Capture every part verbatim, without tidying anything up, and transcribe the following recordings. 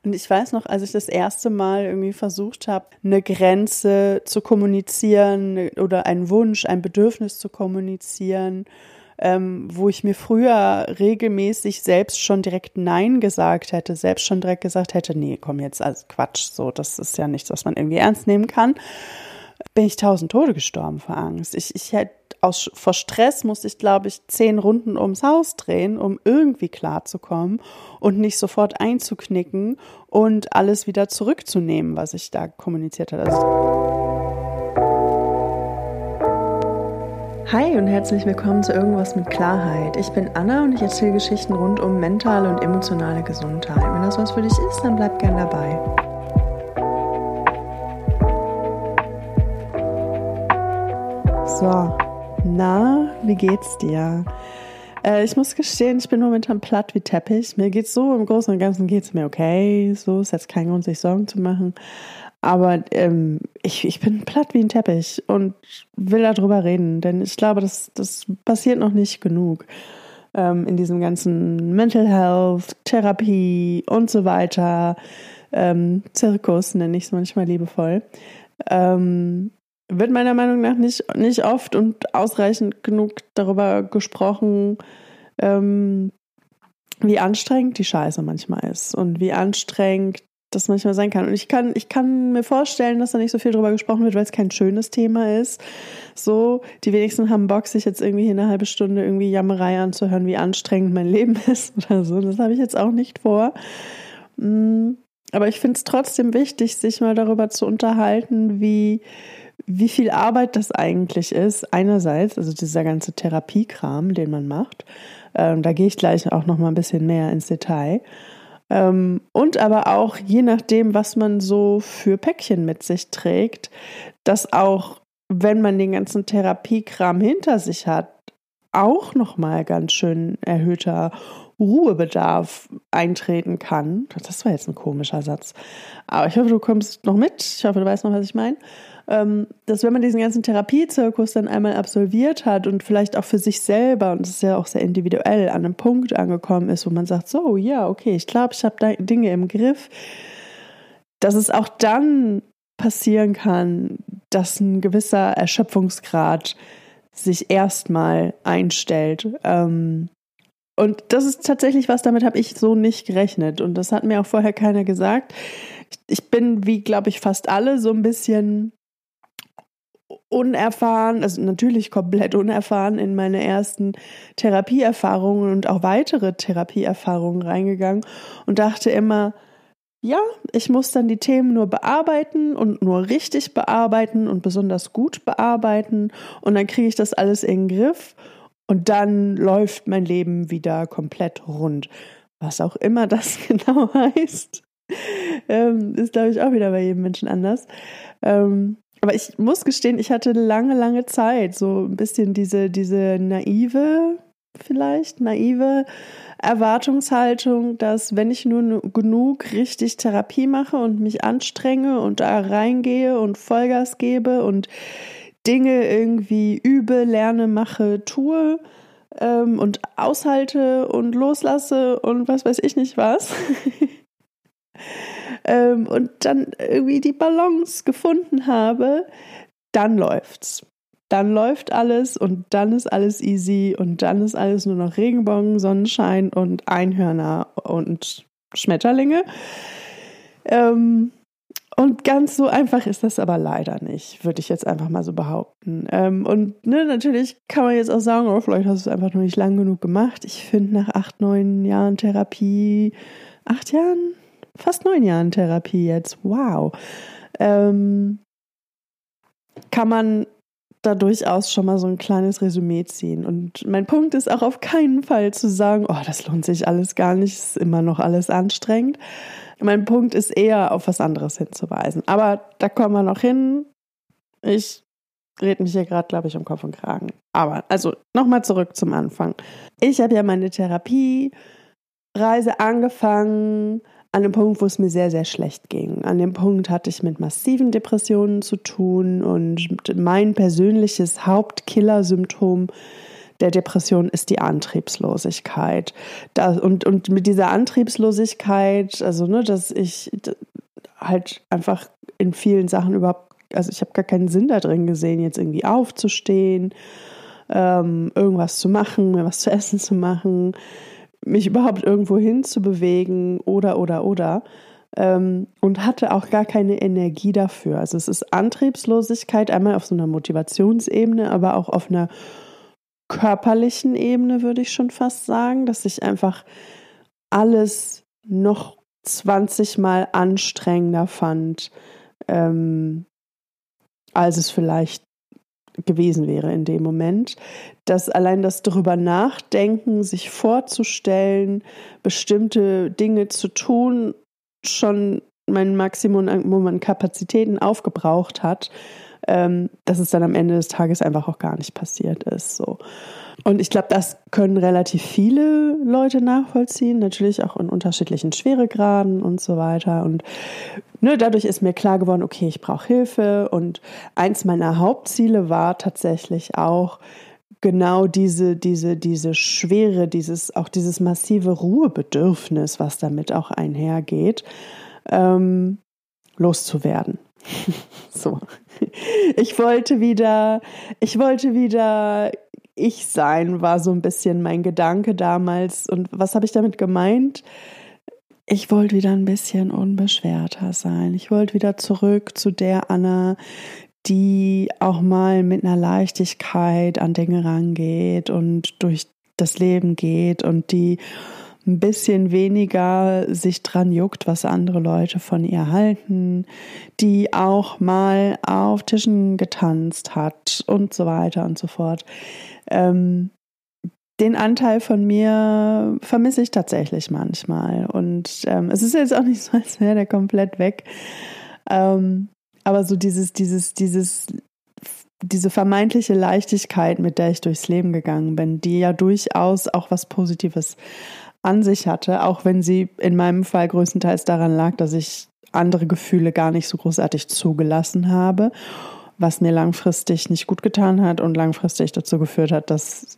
Und ich weiß noch, als ich das erste Mal irgendwie versucht habe, eine Grenze zu kommunizieren oder einen Wunsch, ein Bedürfnis zu kommunizieren, ähm, wo ich mir früher regelmäßig selbst schon direkt Nein gesagt hätte, selbst schon direkt gesagt hätte, nee, komm jetzt, also Quatsch, so, das ist ja nichts, was man irgendwie ernst nehmen kann, bin ich tausend Tode gestorben vor Angst. Ich, ich hätte aus, vor Stress musste ich, glaube ich, zehn Runden ums Haus drehen, um irgendwie klarzukommen und nicht sofort einzuknicken und alles wieder zurückzunehmen, was ich da kommuniziert habe. Also Hi und herzlich willkommen zu Irgendwas mit Klarheit. Ich bin Anna und ich erzähle Geschichten rund um mentale und emotionale Gesundheit. Wenn das was für dich ist, dann bleib gern dabei. So, na, wie geht's dir? Äh, ich muss gestehen, ich bin momentan platt wie Teppich. Mir geht's so, im Großen und Ganzen geht's mir okay. So ist jetzt kein Grund, sich Sorgen zu machen. Aber ähm, ich, ich bin platt wie ein Teppich und will darüber reden, denn ich glaube, das, das passiert noch nicht genug ähm, in diesem ganzen Mental Health, Therapie und so weiter. Ähm, Zirkus nenne ich es manchmal liebevoll. Ähm, wird meiner Meinung nach nicht, nicht oft und ausreichend genug darüber gesprochen, ähm, wie anstrengend die Scheiße manchmal ist und wie anstrengend das manchmal sein kann. Und ich kann, ich kann mir vorstellen, dass da nicht so viel drüber gesprochen wird, weil es kein schönes Thema ist. So, die wenigsten haben Bock, sich jetzt irgendwie eine halbe Stunde irgendwie Jammerei anzuhören, wie anstrengend mein Leben ist oder so. Das habe ich jetzt auch nicht vor. Aber ich finde es trotzdem wichtig, sich mal darüber zu unterhalten, wie wie viel Arbeit das eigentlich ist. Einerseits, also dieser ganze Therapiekram, den man macht. Ähm, da gehe ich gleich auch noch mal ein bisschen mehr ins Detail. Ähm, und aber auch, je nachdem, was man so für Päckchen mit sich trägt, dass auch, wenn man den ganzen Therapiekram hinter sich hat, auch noch mal ganz schön erhöhter Ruhebedarf eintreten kann. Das war jetzt ein komischer Satz. Aber ich hoffe, du kommst noch mit. Ich hoffe, du weißt noch, was ich meine. Dass wenn man diesen ganzen Therapiezirkus dann einmal absolviert hat und vielleicht auch für sich selber, und das ist ja auch sehr individuell, an einem Punkt angekommen ist, wo man sagt, so, ja, okay, ich glaube, ich habe da Dinge im Griff, dass es auch dann passieren kann, dass ein gewisser Erschöpfungsgrad sich erstmal einstellt. Und das ist tatsächlich was, damit habe ich so nicht gerechnet. Und das hat mir auch vorher keiner gesagt. Ich bin, wie glaube ich fast alle, so ein bisschen unerfahren, also natürlich komplett unerfahren in meine ersten Therapieerfahrungen und auch weitere Therapieerfahrungen reingegangen und dachte immer, ja, ich muss dann die Themen nur bearbeiten und nur richtig bearbeiten und besonders gut bearbeiten und dann kriege ich das alles in den Griff und dann läuft mein Leben wieder komplett rund. Was auch immer das genau heißt, ähm, ist, glaube ich, auch wieder bei jedem Menschen anders. Ähm, aber ich muss gestehen, ich hatte lange, lange Zeit so ein bisschen diese, diese naive, vielleicht naive Erwartungshaltung, dass wenn ich nur genug richtig Therapie mache und mich anstrenge und da reingehe und Vollgas gebe und Dinge irgendwie übe, lerne, mache, tue ähm, und aushalte und loslasse und was weiß ich nicht was, Ähm, und dann irgendwie die Balance gefunden habe, dann läuft's. Dann läuft alles und dann ist alles easy und dann ist alles nur noch Regenbogen, Sonnenschein und Einhörner und Schmetterlinge. Ähm, und ganz so einfach ist das aber leider nicht, würde ich jetzt einfach mal so behaupten. Ähm, und ne, natürlich kann man jetzt auch sagen, oh, vielleicht hast du es einfach nur nicht lang genug gemacht. Ich finde, nach acht, neun Jahren Therapie, acht Jahren? Fast neun Jahren Therapie jetzt, wow, ähm, kann man da durchaus schon mal so ein kleines Resümee ziehen. Und mein Punkt ist auch auf keinen Fall zu sagen, oh, das lohnt sich alles gar nicht, ist immer noch alles anstrengend. Mein Punkt ist eher auf was anderes hinzuweisen. Aber da kommen wir noch hin. Ich rede mich hier gerade, glaube ich, um Kopf und Kragen. Aber also nochmal zurück zum Anfang. Ich habe ja meine Therapiereise angefangen an dem Punkt, wo es mir sehr, sehr schlecht ging. An dem Punkt hatte ich mit massiven Depressionen zu tun und mein persönliches Hauptkiller-Symptom, der Depression ist die Antriebslosigkeit. Das, und, und mit dieser Antriebslosigkeit, also ne, dass ich halt einfach in vielen Sachen überhaupt, also ich habe gar keinen Sinn da drin gesehen, jetzt irgendwie aufzustehen, ähm, irgendwas zu machen, mir was zu essen zu machen, mich überhaupt irgendwo hin zu bewegen oder, oder, oder. Ähm, und hatte auch gar keine Energie dafür. Also es ist Antriebslosigkeit, einmal auf so einer Motivationsebene, aber auch auf einer körperlichen Ebene, würde ich schon fast sagen, dass ich einfach alles noch zwanzig Mal anstrengender fand, ähm, als es vielleicht gewesen wäre in dem Moment, dass allein das darüber nachdenken, sich vorzustellen, bestimmte Dinge zu tun, schon mein Maximum an Kapazitäten aufgebraucht hat, ähm, dass es dann am Ende des Tages einfach auch gar nicht passiert ist. So. Und ich glaube, das können relativ viele Leute nachvollziehen, natürlich auch in unterschiedlichen Schweregraden und so weiter. Und ne, dadurch ist mir klar geworden, okay, ich brauche Hilfe. Und eins meiner Hauptziele war tatsächlich auch genau diese, diese, diese Schwere, dieses, auch dieses massive Ruhebedürfnis, was damit auch einhergeht, ähm, loszuwerden. So. Ich wollte wieder, ich wollte wieder ich sein, war so ein bisschen mein Gedanke damals. Und was habe ich damit gemeint? Ich wollte wieder ein bisschen unbeschwerter sein. Ich wollte wieder zurück zu der Anna, die auch mal mit einer Leichtigkeit an Dinge rangeht und durch das Leben geht und die ein bisschen weniger sich dran juckt, was andere Leute von ihr halten, die auch mal auf Tischen getanzt hat und so weiter und so fort. Ähm, den Anteil von mir vermisse ich tatsächlich manchmal. Und ähm, es ist jetzt auch nicht so, als wäre der komplett weg. Ähm, aber so dieses, dieses, dieses, diese vermeintliche Leichtigkeit, mit der ich durchs Leben gegangen bin, die ja durchaus auch was Positives an sich hatte, auch wenn sie in meinem Fall größtenteils daran lag, dass ich andere Gefühle gar nicht so großartig zugelassen habe, was mir langfristig nicht gut getan hat und langfristig dazu geführt hat, dass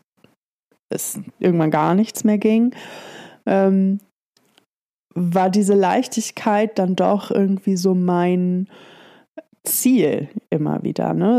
es irgendwann gar nichts mehr ging, ähm, war diese Leichtigkeit dann doch irgendwie so mein Ziel immer wieder. Ne?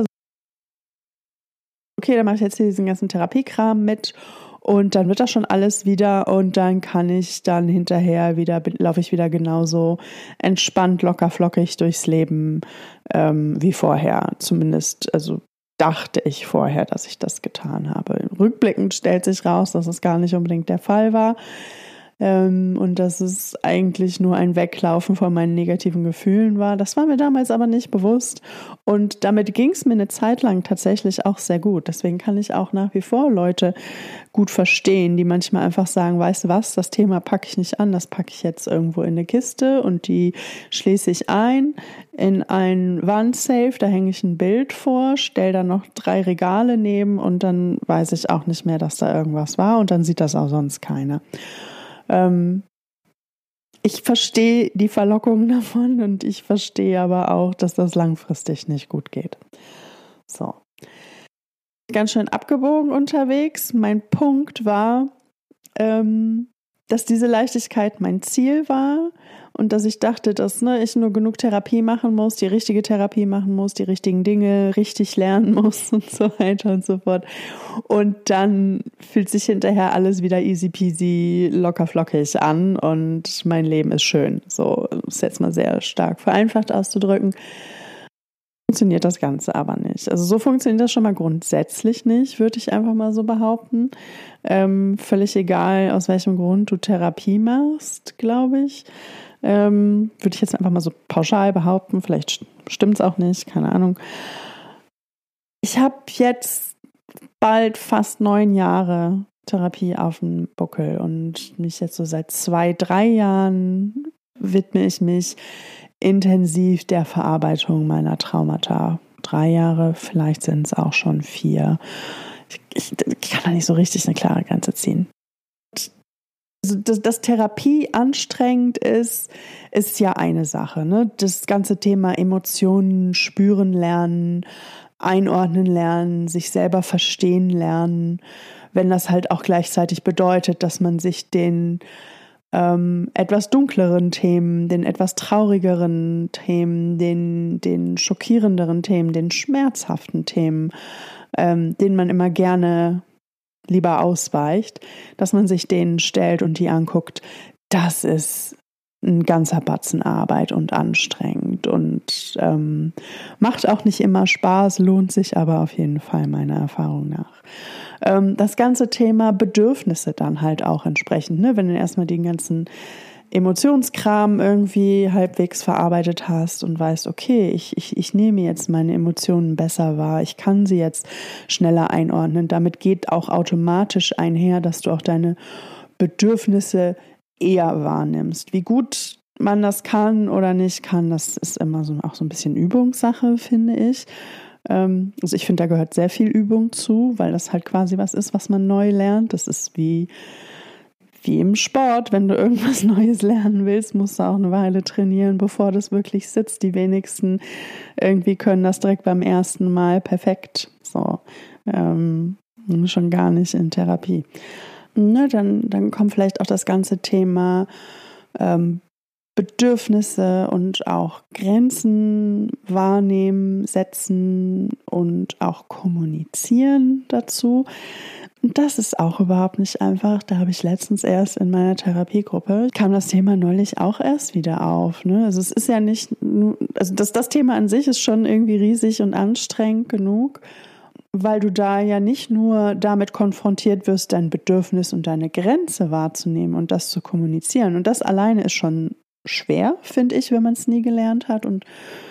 Okay, dann mache ich jetzt hier diesen ganzen Therapiekram mit und dann wird das schon alles wieder und dann kann ich dann hinterher wieder, laufe ich wieder genauso entspannt, locker, flockig durchs Leben ähm, wie vorher. Zumindest, also dachte ich vorher, dass ich das getan habe. Rückblickend stellt sich raus, dass es gar nicht unbedingt der Fall war. Ähm, und dass es eigentlich nur ein Weglaufen von meinen negativen Gefühlen war. Das war mir damals aber nicht bewusst. Und damit ging es mir eine Zeit lang tatsächlich auch sehr gut. Deswegen kann ich auch nach wie vor Leute gut verstehen, die manchmal einfach sagen, weißt du was, das Thema packe ich nicht an, das packe ich jetzt irgendwo in eine Kiste und die schließe ich ein in ein Wandsafe, da hänge ich ein Bild vor, stelle da noch drei Regale neben und dann weiß ich auch nicht mehr, dass da irgendwas war und dann sieht das auch sonst keiner. Ähm, ich verstehe die Verlockung davon und ich verstehe aber auch, dass das langfristig nicht gut geht. So. Ganz schön abgebogen unterwegs. Mein Punkt war, ähm, dass diese Leichtigkeit mein Ziel war und dass ich dachte, dass ne, ich nur genug Therapie machen muss, die richtige Therapie machen muss, die richtigen Dinge richtig lernen muss und so weiter und so fort. Und dann fühlt sich hinterher alles wieder easy peasy, locker flockig an und mein Leben ist schön. So, um es jetzt mal sehr stark vereinfacht auszudrücken. Funktioniert das Ganze aber nicht. Also so funktioniert das schon mal grundsätzlich nicht, würde ich einfach mal so behaupten. Ähm, völlig egal, aus welchem Grund du Therapie machst, glaube ich. Ähm, würde ich jetzt einfach mal so pauschal behaupten. Vielleicht stimmt es auch nicht, keine Ahnung. Ich habe jetzt bald fast neun Jahre Therapie auf dem Buckel und mich jetzt so seit zwei, drei Jahren widme ich mich intensiv der Verarbeitung meiner Traumata. Drei Jahre, vielleicht sind es auch schon vier. Ich, ich, ich kann da nicht so richtig eine klare Grenze ziehen. Also, dass, dass Therapie anstrengend ist, ist ja eine Sache. Ne? Das ganze Thema Emotionen spüren lernen, einordnen lernen, sich selber verstehen lernen, wenn das halt auch gleichzeitig bedeutet, dass man sich den ähm, etwas dunkleren Themen, den etwas traurigeren Themen, den, den schockierenderen Themen, den schmerzhaften Themen, ähm, denen man immer gerne lieber ausweicht, dass man sich denen stellt und die anguckt. Das ist ein ganzer Batzen Arbeit und anstrengend und ähm, macht auch nicht immer Spaß, lohnt sich aber auf jeden Fall meiner Erfahrung nach. Ähm, das ganze Thema Bedürfnisse dann halt auch entsprechend, ne? Wenn du erstmal den ganzen Emotionskram irgendwie halbwegs verarbeitet hast und weißt, okay, ich, ich, ich nehme jetzt meine Emotionen besser wahr, ich kann sie jetzt schneller einordnen. Damit geht auch automatisch einher, dass du auch deine Bedürfnisse eher wahrnimmst. Wie gut man das kann oder nicht kann, das ist immer so auch so ein bisschen Übungssache, finde ich. Ähm, also ich finde, da gehört sehr viel Übung zu, weil das halt quasi was ist, was man neu lernt. Das ist wie, wie im Sport. Wenn du irgendwas Neues lernen willst, musst du auch eine Weile trainieren, bevor das wirklich sitzt. Die wenigsten irgendwie können das direkt beim ersten Mal perfekt. So, ähm, schon gar nicht in Therapie. Ne, dann, dann kommt vielleicht auch das ganze Thema ähm, Bedürfnisse und auch Grenzen wahrnehmen, setzen und auch kommunizieren dazu. Und das ist auch überhaupt nicht einfach. Da habe ich letztens erst in meiner Therapiegruppe, kam das Thema neulich auch erst wieder auf. Ne? Also es ist ja nicht, also das, das Thema an sich ist schon irgendwie riesig und anstrengend genug, weil du da ja nicht nur damit konfrontiert wirst, dein Bedürfnis und deine Grenze wahrzunehmen und das zu kommunizieren. Und das alleine ist schon schwer, finde ich, wenn man es nie gelernt hat und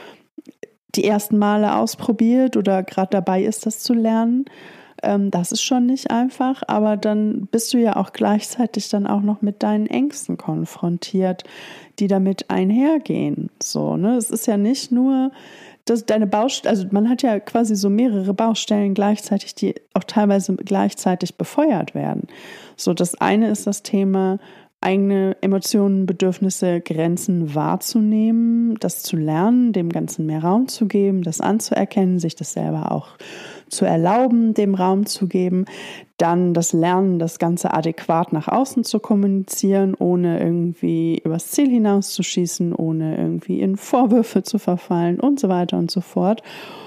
die ersten Male ausprobiert oder gerade dabei ist, das zu lernen. Ähm, das ist schon nicht einfach, aber dann bist du ja auch gleichzeitig dann auch noch mit deinen Ängsten konfrontiert, die damit einhergehen. So, ne? Es ist ja nicht nur dass deine Baustelle, also man hat ja quasi so mehrere Baustellen gleichzeitig, die auch teilweise gleichzeitig befeuert werden. So, das eine ist das Thema, eigene Emotionen, Bedürfnisse, Grenzen wahrzunehmen, das zu lernen, dem Ganzen mehr Raum zu geben, das anzuerkennen, sich das selber auch zu erlauben, dem Raum zu geben. Dann das Lernen, das Ganze adäquat nach außen zu kommunizieren, ohne irgendwie übers Ziel hinauszuschießen, ohne irgendwie in Vorwürfe zu verfallen und so weiter und so fort.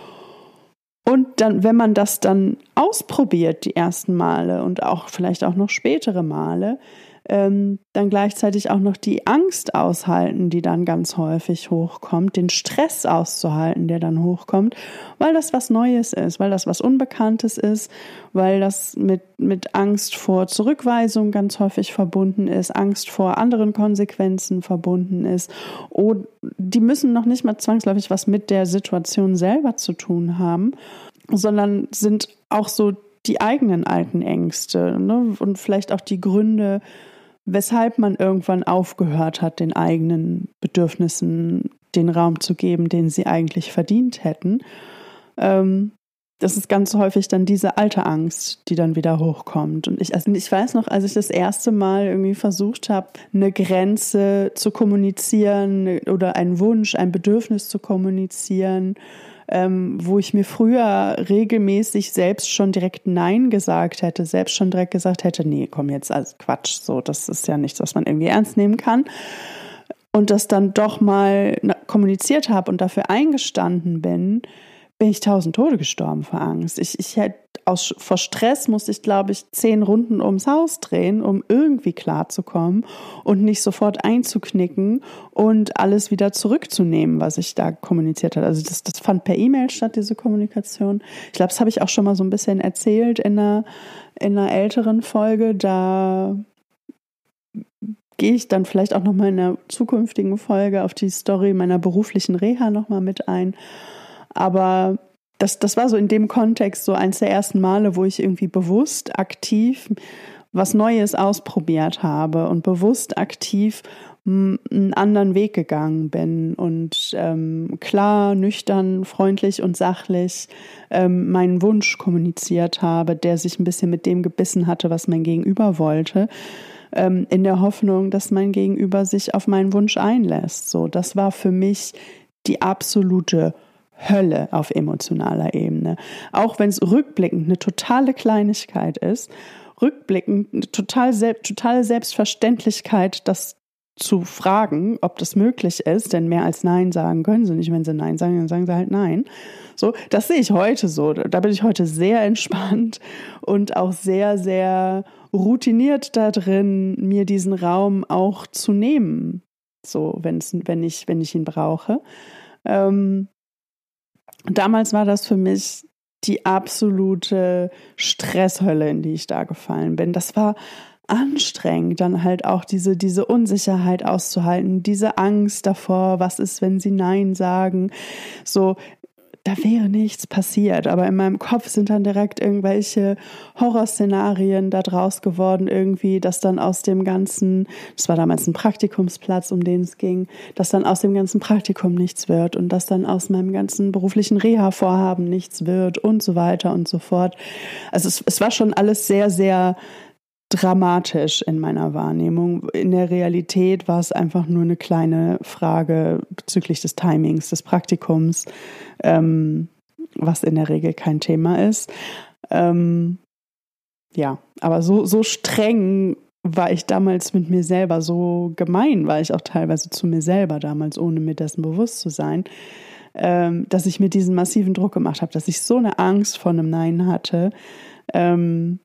Und dann, wenn man das dann ausprobiert, die ersten Male und auch vielleicht auch noch spätere Male, ähm, dann gleichzeitig auch noch die Angst aushalten, die dann ganz häufig hochkommt, den Stress auszuhalten, der dann hochkommt, weil das was Neues ist, weil das was Unbekanntes ist, weil das mit, mit Angst vor Zurückweisung ganz häufig verbunden ist, Angst vor anderen Konsequenzen verbunden ist. Und die müssen noch nicht mal zwangsläufig was mit der Situation selber zu tun haben, sondern sind auch so die eigenen alten Ängste, ne? Und vielleicht auch die Gründe, weshalb man irgendwann aufgehört hat, den eigenen Bedürfnissen den Raum zu geben, den sie eigentlich verdient hätten. Ähm, das ist ganz häufig dann diese alte Angst, die dann wieder hochkommt. Und ich, also ich weiß noch, als ich das erste Mal irgendwie versucht habe, eine Grenze zu kommunizieren oder einen Wunsch, ein Bedürfnis zu kommunizieren, Ähm, wo ich mir früher regelmäßig selbst schon direkt Nein gesagt hätte, selbst schon direkt gesagt hätte, nee, komm jetzt, also Quatsch, so, das ist ja nichts, was man irgendwie ernst nehmen kann. Und das dann doch mal kommuniziert habe und dafür eingestanden bin, bin ich tausend Tode gestorben vor Angst. Ich, ich hätte aus, vor Stress musste ich, glaube ich, zehn Runden ums Haus drehen, um irgendwie klarzukommen und nicht sofort einzuknicken und alles wieder zurückzunehmen, was ich da kommuniziert habe. Also das, das fand per E-Mail statt, diese Kommunikation. Ich glaube, das habe ich auch schon mal so ein bisschen erzählt in einer, in einer älteren Folge. Da gehe ich dann vielleicht auch nochmal in einer zukünftigen Folge auf die Story meiner beruflichen Reha nochmal mit ein. Aber das, das war so in dem Kontext so eins der ersten Male, wo ich irgendwie bewusst aktiv was Neues ausprobiert habe und bewusst aktiv einen anderen Weg gegangen bin und ähm, klar, nüchtern, freundlich und sachlich ähm, meinen Wunsch kommuniziert habe, der sich ein bisschen mit dem gebissen hatte, was mein Gegenüber wollte, ähm, in der Hoffnung, dass mein Gegenüber sich auf meinen Wunsch einlässt. So, das war für mich die absolute Hölle auf emotionaler Ebene. Auch wenn es rückblickend eine totale Kleinigkeit ist, rückblickend eine total selbst, totale Selbstverständlichkeit, das zu fragen, ob das möglich ist, denn mehr als Nein sagen können sie nicht. Wenn sie Nein sagen, dann sagen sie halt Nein. So, das sehe ich heute so. Da bin ich heute sehr entspannt und auch sehr, sehr routiniert da drin, mir diesen Raum auch zu nehmen. So, wenn's, wenn ich, wenn ich ihn brauche. Ähm, damals war das für mich die absolute Stresshölle, in die ich da gefallen bin. Das war anstrengend, dann halt auch diese, diese Unsicherheit auszuhalten, diese Angst davor, was ist, wenn sie Nein sagen, so, da wäre nichts passiert, aber in meinem Kopf sind dann direkt irgendwelche Horrorszenarien da draus geworden irgendwie, dass dann aus dem ganzen, das war damals ein Praktikumsplatz, um den es ging, dass dann aus dem ganzen Praktikum nichts wird und dass dann aus meinem ganzen beruflichen Reha-Vorhaben nichts wird und so weiter und so fort. Also es, es war schon alles sehr, sehr dramatisch in meiner Wahrnehmung. In der Realität war es einfach nur eine kleine Frage bezüglich des Timings, des Praktikums, ähm, was in der Regel kein Thema ist. Ähm, ja, aber so, so streng war ich damals mit mir selber, so gemein war ich auch teilweise zu mir selber damals, ohne mir dessen bewusst zu sein, ähm, dass ich mir diesen massiven Druck gemacht habe, dass ich so eine Angst vor einem Nein hatte. Ähm,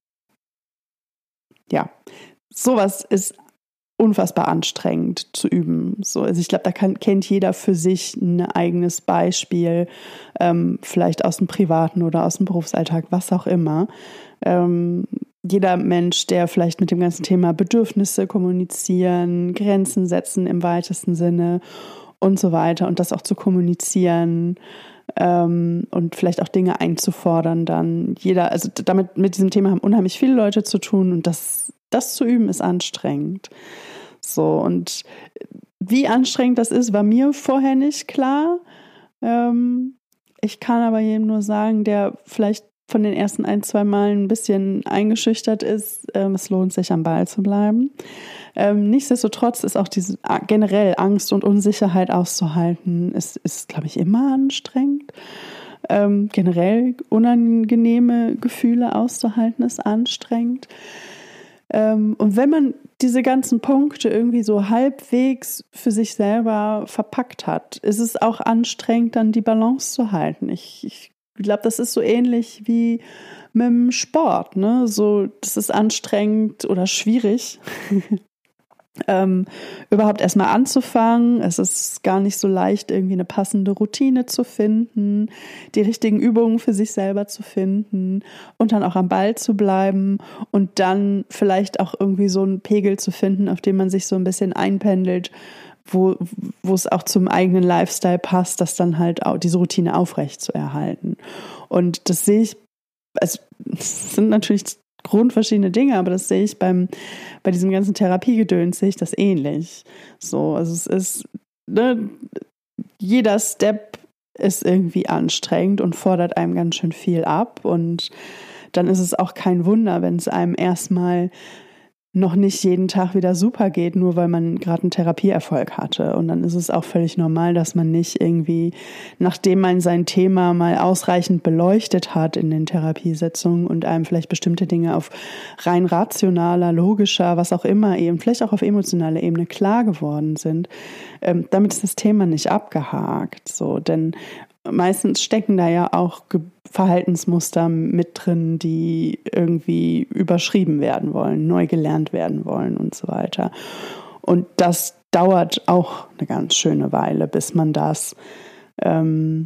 Ja, sowas ist unfassbar anstrengend zu üben. So, also ich glaube, da kann, kennt jeder für sich ein eigenes Beispiel, ähm, vielleicht aus dem privaten oder aus dem Berufsalltag, was auch immer. Ähm, jeder Mensch, der vielleicht mit dem ganzen Thema Bedürfnisse kommunizieren, Grenzen setzen im weitesten Sinne und so weiter und das auch zu kommunizieren, Ähm, und vielleicht auch Dinge einzufordern dann. Jeder, also damit, mit diesem Thema haben unheimlich viele Leute zu tun und das, das zu üben ist anstrengend. So, und wie anstrengend das ist, war mir vorher nicht klar. Ähm, ich kann aber jedem nur sagen, der vielleicht von den ersten ein, zwei Malen ein bisschen eingeschüchtert ist, ähm, es lohnt sich, am Ball zu bleiben. Ähm, nichtsdestotrotz ist auch diese generell Angst und Unsicherheit auszuhalten, ist, ist glaube ich, immer anstrengend. Ähm, generell unangenehme Gefühle auszuhalten, ist anstrengend. Ähm, und wenn man diese ganzen Punkte irgendwie so halbwegs für sich selber verpackt hat, ist es auch anstrengend, dann die Balance zu halten. Ich, ich glaube, das ist so ähnlich wie mit dem Sport, ne? So, das ist anstrengend oder schwierig. Ähm, überhaupt erstmal anzufangen. Es ist gar nicht so leicht, irgendwie eine passende Routine zu finden, die richtigen Übungen für sich selber zu finden und dann auch am Ball zu bleiben und dann vielleicht auch irgendwie so einen Pegel zu finden, auf dem man sich so ein bisschen einpendelt, wo, wo es auch zum eigenen Lifestyle passt, das dann halt auch diese Routine aufrecht zu erhalten. Und das sehe ich, also es sind natürlich grundverschiedene Dinge, aber das sehe ich beim, bei diesem ganzen Therapiegedöns sehe ich das ähnlich. So, also es ist, ne, jeder Step ist irgendwie anstrengend und fordert einem ganz schön viel ab und dann ist es auch kein Wunder, wenn es einem erstmal noch nicht jeden Tag wieder super geht, nur weil man gerade einen Therapieerfolg hatte. Und dann ist es auch völlig normal, dass man nicht irgendwie, nachdem man sein Thema mal ausreichend beleuchtet hat in den Therapiesitzungen und einem vielleicht bestimmte Dinge auf rein rationaler, logischer, was auch immer eben, vielleicht auch auf emotionaler Ebene klar geworden sind, ähm, damit ist das Thema nicht abgehakt. So, denn meistens stecken da ja auch Verhaltensmuster mit drin, die irgendwie überschrieben werden wollen, neu gelernt werden wollen und so weiter. Und das dauert auch eine ganz schöne Weile, bis man das, ähm,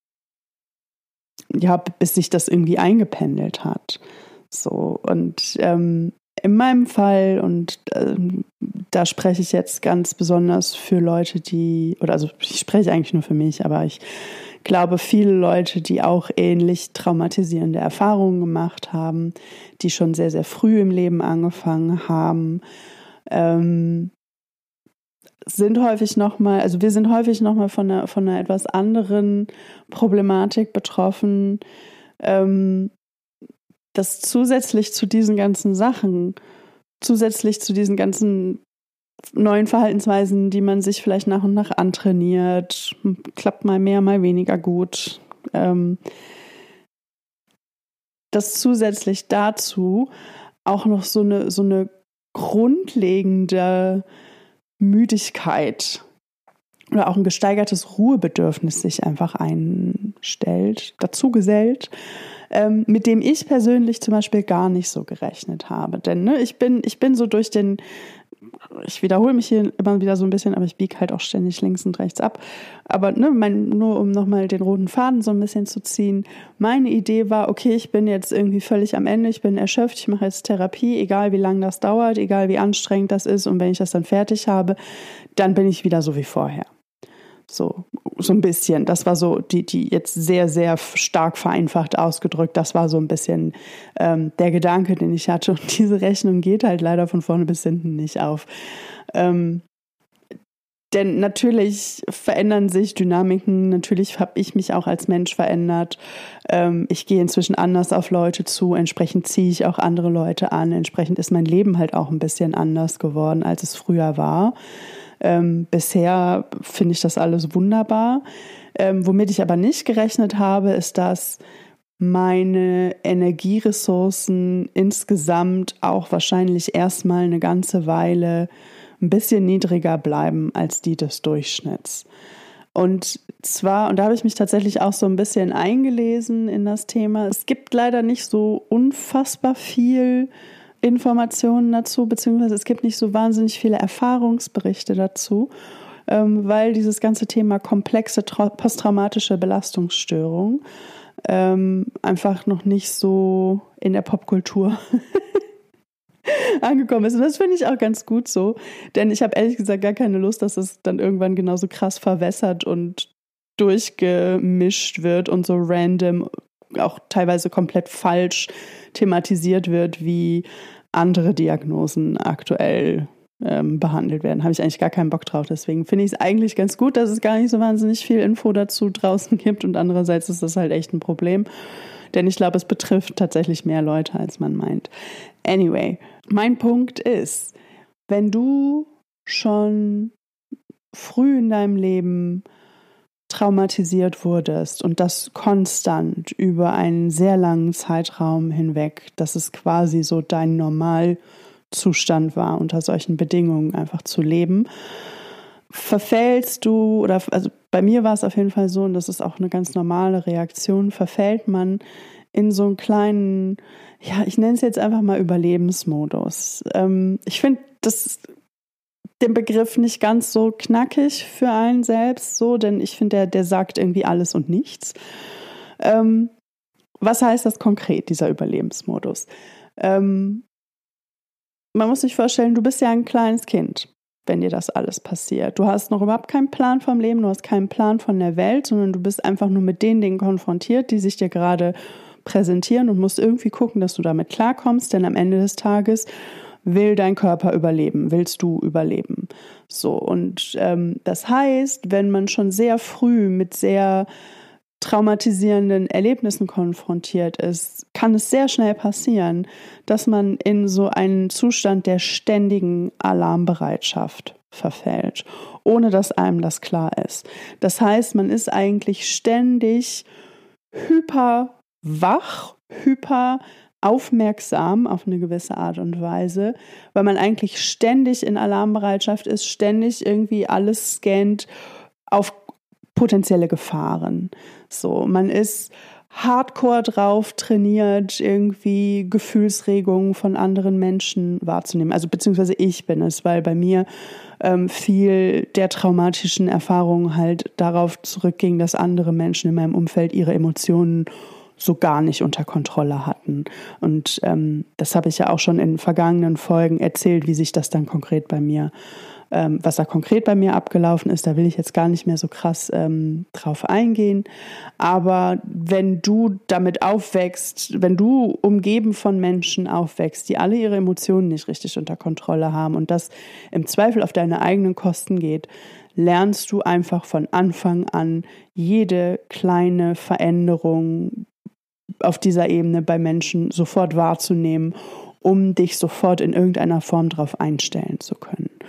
ja, bis sich das irgendwie eingependelt hat. So, und ähm, in meinem Fall, und ähm, da spreche ich jetzt ganz besonders für Leute, die, oder also ich spreche eigentlich nur für mich, aber ich glaube, viele Leute, die auch ähnlich traumatisierende Erfahrungen gemacht haben, die schon sehr, sehr früh im Leben angefangen haben, ähm, sind häufig nochmal, also wir sind häufig nochmal von einer, von einer etwas anderen Problematik betroffen, ähm, dass zusätzlich zu diesen ganzen Sachen, zusätzlich zu diesen ganzen neuen Verhaltensweisen, die man sich vielleicht nach und nach antrainiert, klappt mal mehr, mal weniger gut. Ähm, dass zusätzlich dazu auch noch so eine, so eine grundlegende Müdigkeit oder auch ein gesteigertes Ruhebedürfnis sich einfach einstellt, dazu gesellt, ähm, mit dem ich persönlich zum Beispiel gar nicht so gerechnet habe. Denn ne, ich bin, ich bin so durch den, ich wiederhole mich hier immer wieder so ein bisschen, aber ich biege halt auch ständig links und rechts ab. Aber ne, mein, nur um nochmal den roten Faden so ein bisschen zu ziehen, meine Idee war, okay, ich bin jetzt irgendwie völlig am Ende, ich bin erschöpft, ich mache jetzt Therapie, egal wie lange das dauert, egal wie anstrengend das ist, und wenn ich das dann fertig habe, dann bin ich wieder so wie vorher. So, so ein bisschen. Das war so, die, die jetzt sehr, sehr stark vereinfacht ausgedrückt, das war so ein bisschen ähm, der Gedanke, den ich hatte. Und diese Rechnung geht halt leider von vorne bis hinten nicht auf. Ähm, denn natürlich verändern sich Dynamiken, natürlich habe ich mich auch als Mensch verändert. Ähm, ich gehe inzwischen anders auf Leute zu, entsprechend ziehe ich auch andere Leute an, entsprechend ist mein Leben halt auch ein bisschen anders geworden, als es früher war. Ähm, bisher finde ich das alles wunderbar. Ähm, womit ich aber nicht gerechnet habe, ist, dass meine Energieressourcen insgesamt auch wahrscheinlich erstmal eine ganze Weile ein bisschen niedriger bleiben als die des Durchschnitts. Und zwar, und da habe ich mich tatsächlich auch so ein bisschen eingelesen in das Thema, es gibt leider nicht so unfassbar viel Informationen dazu, beziehungsweise es gibt nicht so wahnsinnig viele Erfahrungsberichte dazu, ähm, weil dieses ganze Thema komplexe tra- posttraumatische Belastungsstörung ähm, einfach noch nicht so in der Popkultur angekommen ist. Und das finde ich auch ganz gut so, denn ich habe ehrlich gesagt gar keine Lust, dass es dann irgendwann genauso krass verwässert und durchgemischt wird und so random, auch teilweise komplett falsch thematisiert wird, wie andere Diagnosen aktuell ähm, behandelt werden. Habe ich eigentlich gar keinen Bock drauf. Deswegen finde ich es eigentlich ganz gut, dass es gar nicht so wahnsinnig viel Info dazu draußen gibt. Und andererseits ist das halt echt ein Problem. Denn ich glaube, es betrifft tatsächlich mehr Leute, als man meint. Anyway, mein Punkt ist, wenn du schon früh in deinem Leben traumatisiert wurdest und das konstant über einen sehr langen Zeitraum hinweg, dass es quasi so dein Normalzustand war, unter solchen Bedingungen einfach zu leben, verfällst du, oder also bei mir war es auf jeden Fall so, und das ist auch eine ganz normale Reaktion, verfällt man in so einen kleinen, ja, ich nenne es jetzt einfach mal Überlebensmodus. Ähm, ich finde, das den Begriff nicht ganz so knackig für einen selbst, so, denn ich finde, der, der sagt irgendwie alles und nichts. Ähm, was heißt das konkret, dieser Überlebensmodus? Ähm, man muss sich vorstellen, du bist ja ein kleines Kind, wenn dir das alles passiert. Du hast noch überhaupt keinen Plan vom Leben, du hast keinen Plan von der Welt, sondern du bist einfach nur mit den Dingen konfrontiert, die sich dir gerade präsentieren, und musst irgendwie gucken, dass du damit klarkommst, denn am Ende des Tages will dein Körper überleben, willst du überleben. So, und ähm, das heißt, wenn man schon sehr früh mit sehr traumatisierenden Erlebnissen konfrontiert ist, kann es sehr schnell passieren, dass man in so einen Zustand der ständigen Alarmbereitschaft verfällt, ohne dass einem das klar ist. Das heißt, man ist eigentlich ständig hyper wach, hyper aufmerksam auf eine gewisse Art und Weise, weil man eigentlich ständig in Alarmbereitschaft ist, ständig irgendwie alles scannt auf potenzielle Gefahren. So, man ist hardcore drauf trainiert, irgendwie Gefühlsregungen von anderen Menschen wahrzunehmen. Also beziehungsweise ich bin es, weil bei mir ähm, viel der traumatischen Erfahrungen halt darauf zurückging, dass andere Menschen in meinem Umfeld ihre Emotionen so gar nicht unter Kontrolle hatten. Und ähm, das habe ich ja auch schon in vergangenen Folgen erzählt, wie sich das dann konkret bei mir, ähm, was da konkret bei mir abgelaufen ist. Da will ich jetzt gar nicht mehr so krass ähm, drauf eingehen. Aber wenn du damit aufwächst, wenn du umgeben von Menschen aufwächst, die alle ihre Emotionen nicht richtig unter Kontrolle haben und das im Zweifel auf deine eigenen Kosten geht, lernst du einfach von Anfang an jede kleine Veränderung auf dieser Ebene bei Menschen sofort wahrzunehmen, um dich sofort in irgendeiner Form darauf einstellen zu können.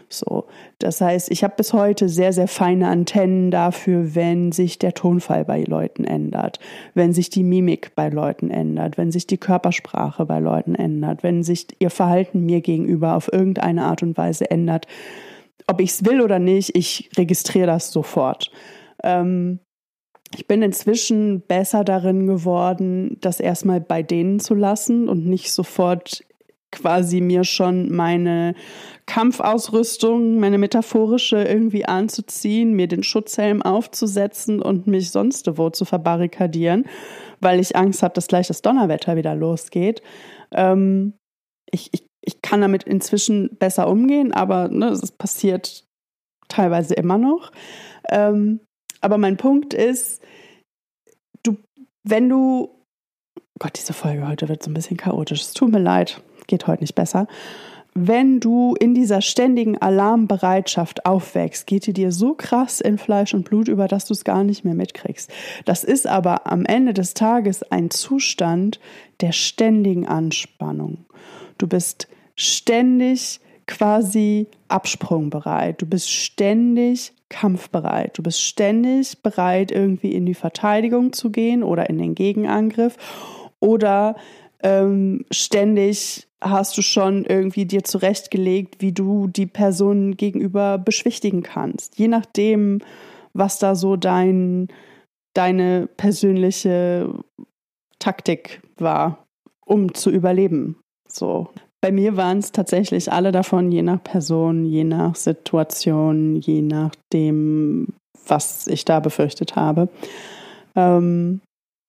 So, das heißt, ich habe bis heute sehr, sehr feine Antennen dafür, wenn sich der Tonfall bei Leuten ändert, wenn sich die Mimik bei Leuten ändert, wenn sich die Körpersprache bei Leuten ändert, wenn sich ihr Verhalten mir gegenüber auf irgendeine Art und Weise ändert. Ob ich es will oder nicht, ich registriere das sofort. Ähm, ich bin inzwischen besser darin geworden, das erstmal bei denen zu lassen und nicht sofort quasi mir schon meine Kampfausrüstung, meine metaphorische irgendwie anzuziehen, mir den Schutzhelm aufzusetzen und mich sonst wo zu verbarrikadieren, weil ich Angst habe, dass gleich das Donnerwetter wieder losgeht. Ähm, ich, ich, ich kann damit inzwischen besser umgehen, aber ne, es passiert teilweise immer noch. Ähm, aber mein Punkt ist, du, wenn du, Gott, diese Folge heute wird so ein bisschen chaotisch, es tut mir leid, geht heute nicht besser. Wenn du in dieser ständigen Alarmbereitschaft aufwächst, geht die dir so krass in Fleisch und Blut über, dass du es gar nicht mehr mitkriegst. Das ist aber am Ende des Tages ein Zustand der ständigen Anspannung. Du bist ständig quasi absprungbereit. Du bist ständig kampfbereit. Du bist ständig bereit, irgendwie in die Verteidigung zu gehen oder in den Gegenangriff oder ähm, ständig hast du schon irgendwie dir zurechtgelegt, wie du die Person gegenüber beschwichtigen kannst. Je nachdem, was da so dein, deine persönliche Taktik war, um zu überleben. So. Bei mir waren es tatsächlich alle davon, je nach Person, je nach Situation, je nachdem, was ich da befürchtet habe. Ähm,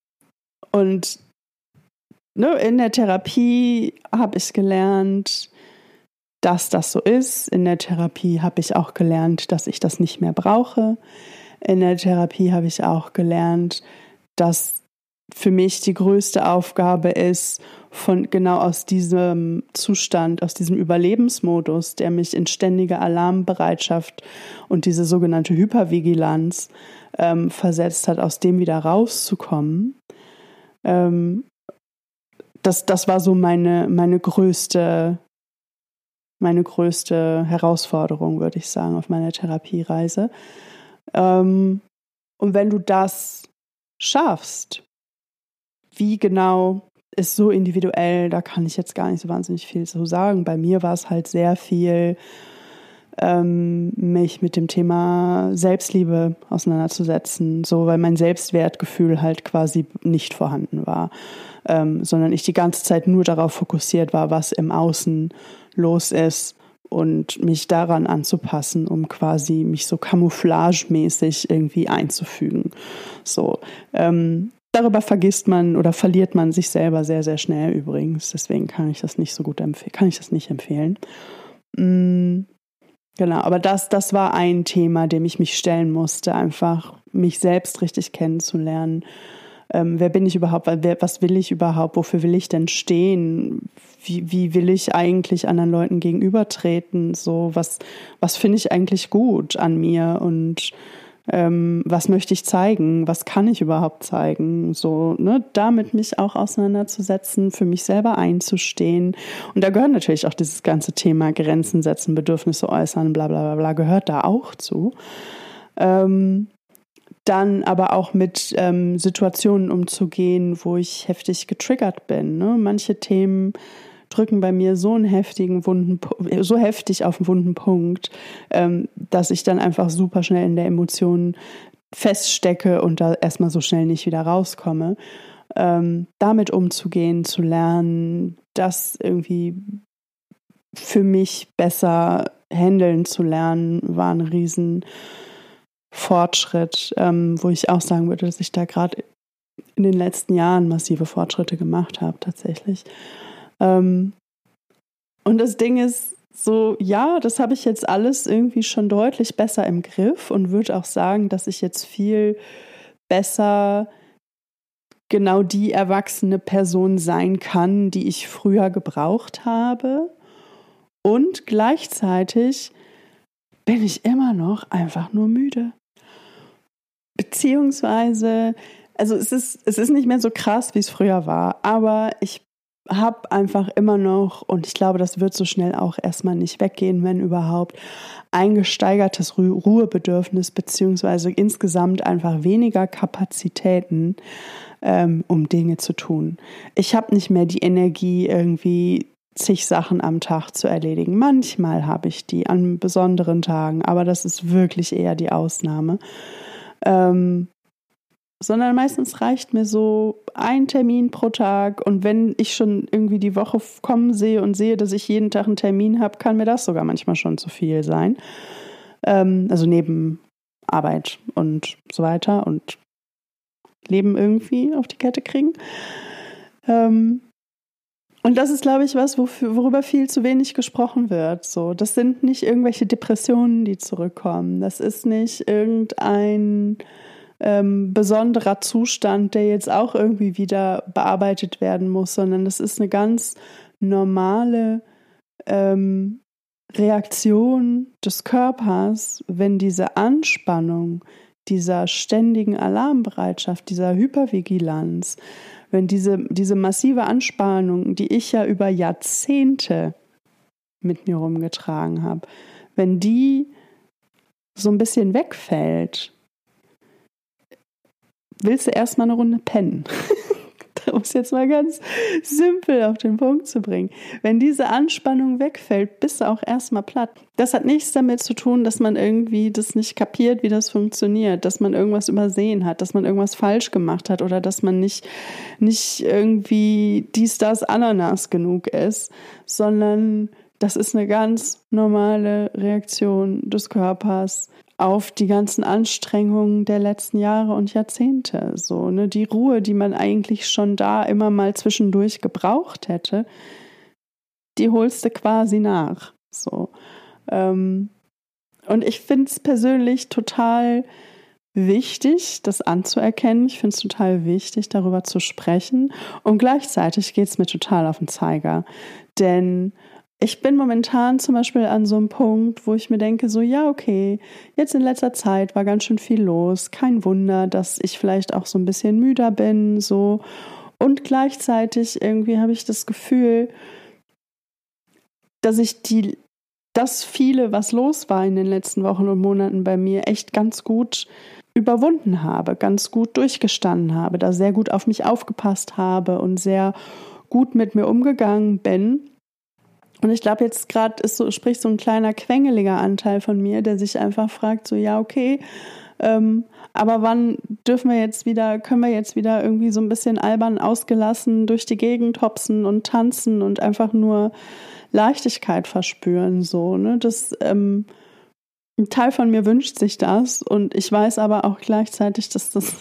und ne, in der Therapie habe ich gelernt, dass das so ist. In der Therapie habe ich auch gelernt, dass ich das nicht mehr brauche. In der Therapie habe ich auch gelernt, dass für mich die größte Aufgabe ist, von genau aus diesem Zustand, aus diesem Überlebensmodus, der mich in ständige Alarmbereitschaft und diese sogenannte Hypervigilanz ähm, versetzt hat, aus dem wieder rauszukommen. Ähm, das, das war so meine, meine größte, meine größte Herausforderung, würde ich sagen, auf meiner Therapiereise. Ähm, und wenn du das schaffst, wie genau ist so individuell, da kann ich jetzt gar nicht so wahnsinnig viel zu sagen. Bei mir war es halt sehr viel, ähm, mich mit dem Thema Selbstliebe auseinanderzusetzen, so, weil mein Selbstwertgefühl halt quasi nicht vorhanden war, ähm, sondern ich die ganze Zeit nur darauf fokussiert war, was im Außen los ist und mich daran anzupassen, um quasi mich so camouflagemäßig irgendwie einzufügen. So, ähm, darüber vergisst man oder verliert man sich selber sehr, sehr schnell übrigens. Deswegen kann ich das nicht so gut empfehlen, kann ich das nicht empfehlen. Mm, genau, aber das, das war ein Thema, dem ich mich stellen musste, einfach mich selbst richtig kennenzulernen. Ähm, wer bin ich überhaupt? Wer, was will ich überhaupt? Wofür will ich denn stehen? Wie, wie will ich eigentlich anderen Leuten gegenübertreten? So, was, was finde ich eigentlich gut an mir? Und Ähm, was möchte ich zeigen? Was kann ich überhaupt zeigen? So, ne, damit mich auch auseinanderzusetzen, für mich selber einzustehen. Und da gehört natürlich auch dieses ganze Thema Grenzen setzen, Bedürfnisse äußern, bla bla bla bla, gehört da auch zu. Ähm, dann aber auch mit ähm, Situationen umzugehen, wo ich heftig getriggert bin. Ne? Manche Themen drücken bei mir so einen heftigen wunden, so heftig auf einen wunden Punkt, ähm, dass ich dann einfach super schnell in der Emotion feststecke und da erstmal so schnell nicht wieder rauskomme. Ähm, damit umzugehen, zu lernen, das irgendwie für mich besser handeln zu lernen, war ein riesen Fortschritt, ähm, wo ich auch sagen würde, dass ich da gerade in den letzten Jahren massive Fortschritte gemacht habe, tatsächlich. Ähm, und das Ding ist so, ja, das habe ich jetzt alles irgendwie schon deutlich besser im Griff und würde auch sagen, dass ich jetzt viel besser genau die erwachsene Person sein kann, die ich früher gebraucht habe. Und gleichzeitig bin ich immer noch einfach nur müde. Beziehungsweise, also es ist, es ist nicht mehr so krass, wie es früher war, aber ich habe einfach immer noch, und ich glaube, das wird so schnell auch erstmal nicht weggehen, wenn überhaupt, ein gesteigertes Ru- Ruhebedürfnis beziehungsweise insgesamt einfach weniger Kapazitäten, ähm, um Dinge zu tun. Ich habe nicht mehr die Energie, irgendwie zig Sachen am Tag zu erledigen. Manchmal habe ich die an besonderen Tagen, aber das ist wirklich eher die Ausnahme. Ähm, sondern meistens reicht mir so ein Termin pro Tag, und wenn ich schon irgendwie die Woche kommen sehe und sehe, dass ich jeden Tag einen Termin habe, kann mir das sogar manchmal schon zu viel sein. Ähm, also neben Arbeit und so weiter und Leben irgendwie auf die Kette kriegen. Ähm, und das ist, glaube ich, was, wofür, worüber viel zu wenig gesprochen wird. So, das sind nicht irgendwelche Depressionen, die zurückkommen. Das ist nicht irgendein ähm, besonderer Zustand, der jetzt auch irgendwie wieder bearbeitet werden muss, sondern das ist eine ganz normale ähm, Reaktion des Körpers, wenn diese Anspannung dieser ständigen Alarmbereitschaft, dieser Hypervigilanz, wenn diese, diese massive Anspannung, die ich ja über Jahrzehnte mit mir rumgetragen habe, wenn die so ein bisschen wegfällt, willst du erstmal eine Runde pennen. Um es jetzt mal ganz simpel auf den Punkt zu bringen. Wenn diese Anspannung wegfällt, bist du auch erstmal platt. Das hat nichts damit zu tun, dass man irgendwie das nicht kapiert, wie das funktioniert, dass man irgendwas übersehen hat, dass man irgendwas falsch gemacht hat oder dass man nicht, nicht irgendwie dies, das, Ananas genug ist, sondern das ist eine ganz normale Reaktion des Körpers auf die ganzen Anstrengungen der letzten Jahre und Jahrzehnte. So, ne? Die Ruhe, die man eigentlich schon da immer mal zwischendurch gebraucht hätte, die holst du quasi nach. So. Ähm, und ich finde es persönlich total wichtig, das anzuerkennen. Ich finde es total wichtig, darüber zu sprechen. Und gleichzeitig geht es mir total auf den Zeiger. Denn ich bin momentan zum Beispiel an so einem Punkt, wo ich mir denke, so ja, okay, jetzt in letzter Zeit war ganz schön viel los. Kein Wunder, dass ich vielleicht auch so ein bisschen müder bin, so. Und gleichzeitig irgendwie habe ich das Gefühl, dass ich die, das viele, was los war in den letzten Wochen und Monaten bei mir, echt ganz gut überwunden habe, ganz gut durchgestanden habe, da sehr gut auf mich aufgepasst habe und sehr gut mit mir umgegangen bin. Und ich glaube, jetzt gerade ist so, spricht so ein kleiner quengeliger Anteil von mir, der sich einfach fragt, so ja, okay, ähm, aber wann dürfen wir jetzt wieder, können wir jetzt wieder irgendwie so ein bisschen albern ausgelassen durch die Gegend hopsen und tanzen und einfach nur Leichtigkeit verspüren, so, ne? Das, ähm, ein Teil von mir wünscht sich das, und ich weiß aber auch gleichzeitig, dass das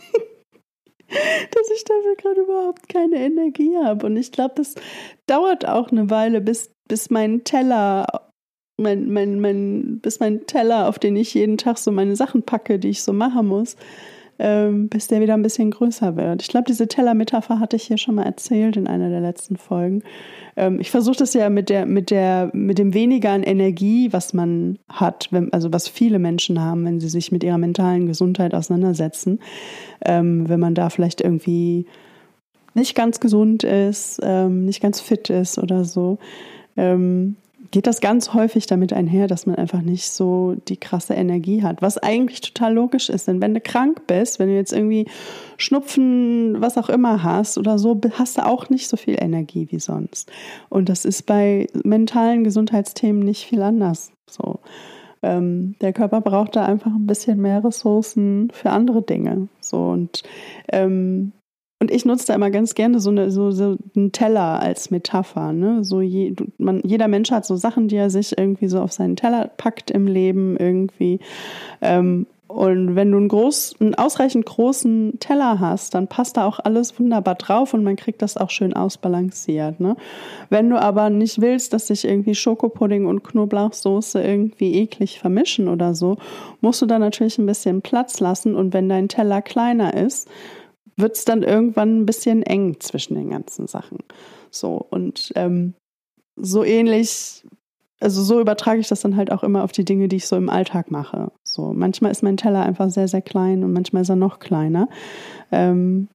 dass ich dafür gerade überhaupt keine Energie habe. Und ich glaube, das dauert auch eine Weile, bis, bis mein Teller, mein, mein, mein, bis mein Teller, auf den ich jeden Tag so meine Sachen packe, die ich so machen muss, ähm, bis der wieder ein bisschen größer wird. Ich glaube, diese Teller-Metapher hatte ich hier schon mal erzählt in einer der letzten Folgen. Ähm, ich versuche das ja mit der, mit der, mit dem weniger an Energie, was man hat, wenn, also was viele Menschen haben, wenn sie sich mit ihrer mentalen Gesundheit auseinandersetzen. Ähm, wenn man da vielleicht irgendwie nicht ganz gesund ist, ähm, nicht ganz fit ist oder so, ähm, geht das ganz häufig damit einher, dass man einfach nicht so die krasse Energie hat, was eigentlich total logisch ist, denn wenn du krank bist, wenn du jetzt irgendwie Schnupfen, was auch immer hast oder so, hast du auch nicht so viel Energie wie sonst. Und das ist bei mentalen Gesundheitsthemen nicht viel anders. So, ähm, der Körper braucht da einfach ein bisschen mehr Ressourcen für andere Dinge. So und ähm, Und ich nutze da immer ganz gerne so, eine, so, so einen Teller als Metapher. Ne? So je, man, jeder Mensch hat so Sachen, die er sich irgendwie so auf seinen Teller packt im Leben irgendwie. Ähm, und wenn du einen, groß, einen ausreichend großen Teller hast, dann passt da auch alles wunderbar drauf und man kriegt das auch schön ausbalanciert. Ne? Wenn du aber nicht willst, dass sich irgendwie Schokopudding und Knoblauchsoße irgendwie eklig vermischen oder so, musst du da natürlich ein bisschen Platz lassen. Und wenn dein Teller kleiner ist, wird es dann irgendwann ein bisschen eng zwischen den ganzen Sachen. So, und ähm, so ähnlich, also so übertrage ich das dann halt auch immer auf die Dinge, die ich so im Alltag mache. So, manchmal ist mein Teller einfach sehr, sehr klein und manchmal ist er noch kleiner. Ähm,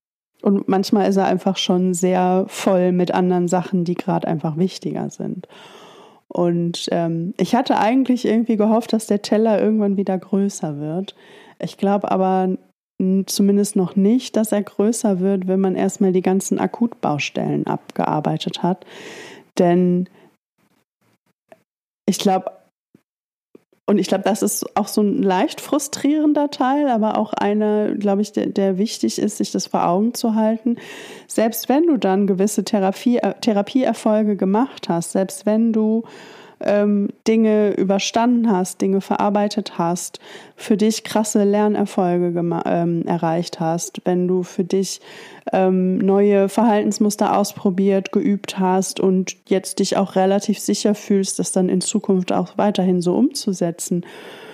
Und manchmal ist er einfach schon sehr voll mit anderen Sachen, die gerade einfach wichtiger sind. Und ähm, ich hatte eigentlich irgendwie gehofft, dass der Teller irgendwann wieder größer wird. Ich glaube aber zumindest noch nicht, dass er größer wird, wenn man erstmal die ganzen Akutbaustellen abgearbeitet hat. Denn ich glaube, und ich glaube, das ist auch so ein leicht frustrierender Teil, aber auch einer, glaube ich, der, der wichtig ist, sich das vor Augen zu halten. Selbst wenn du dann gewisse Therapie, Therapieerfolge gemacht hast, selbst wenn du ähm, Dinge überstanden hast, Dinge verarbeitet hast, für dich krasse Lernerfolge gema- ähm, erreicht hast, wenn du für dich ähm, neue Verhaltensmuster ausprobiert, geübt hast und jetzt dich auch relativ sicher fühlst, das dann in Zukunft auch weiterhin so umzusetzen,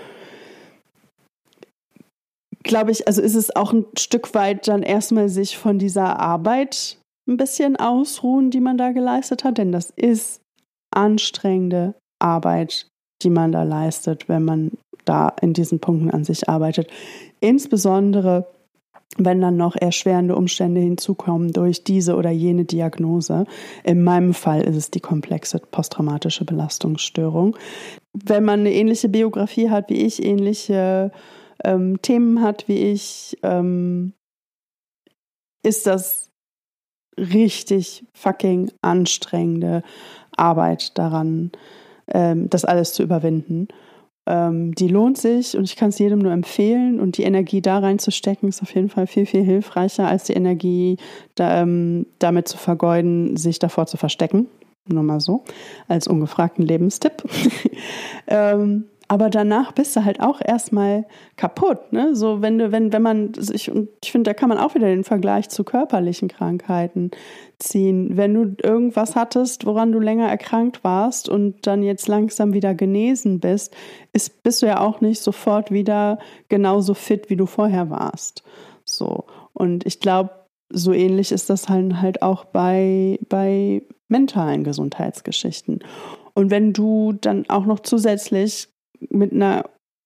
glaube ich, also ist es auch ein Stück weit dann erstmal sich von dieser Arbeit ein bisschen ausruhen, die man da geleistet hat, denn das ist anstrengende Arbeit, die man da leistet, wenn man da in diesen Punkten an sich arbeitet. Insbesondere, wenn dann noch erschwerende Umstände hinzukommen durch diese oder jene Diagnose. In meinem Fall ist es die komplexe posttraumatische Belastungsstörung. Wenn man eine ähnliche Biografie hat wie ich, ähnliche ähm, Themen hat wie ich, ähm, ist das richtig fucking anstrengende Arbeit daran, ähm, das alles zu überwinden. Ähm, die lohnt sich und ich kann es jedem nur empfehlen, und die Energie da reinzustecken ist auf jeden Fall viel, viel hilfreicher, als die Energie da, ähm, damit zu vergeuden, sich davor zu verstecken. Nur mal so, als ungefragten Lebenstipp. ähm, aber danach bist du halt auch erstmal kaputt, ne? So, wenn du, wenn, wenn man, ich, und ich finde, da kann man auch wieder den Vergleich zu körperlichen Krankheiten ziehen. Wenn du irgendwas hattest, woran du länger erkrankt warst und dann jetzt langsam wieder genesen bist, ist, bist du ja auch nicht sofort wieder genauso fit, wie du vorher warst. So. Und ich glaube, so ähnlich ist das halt, halt auch bei, bei mentalen Gesundheitsgeschichten. Und wenn du dann auch noch zusätzlich mit einer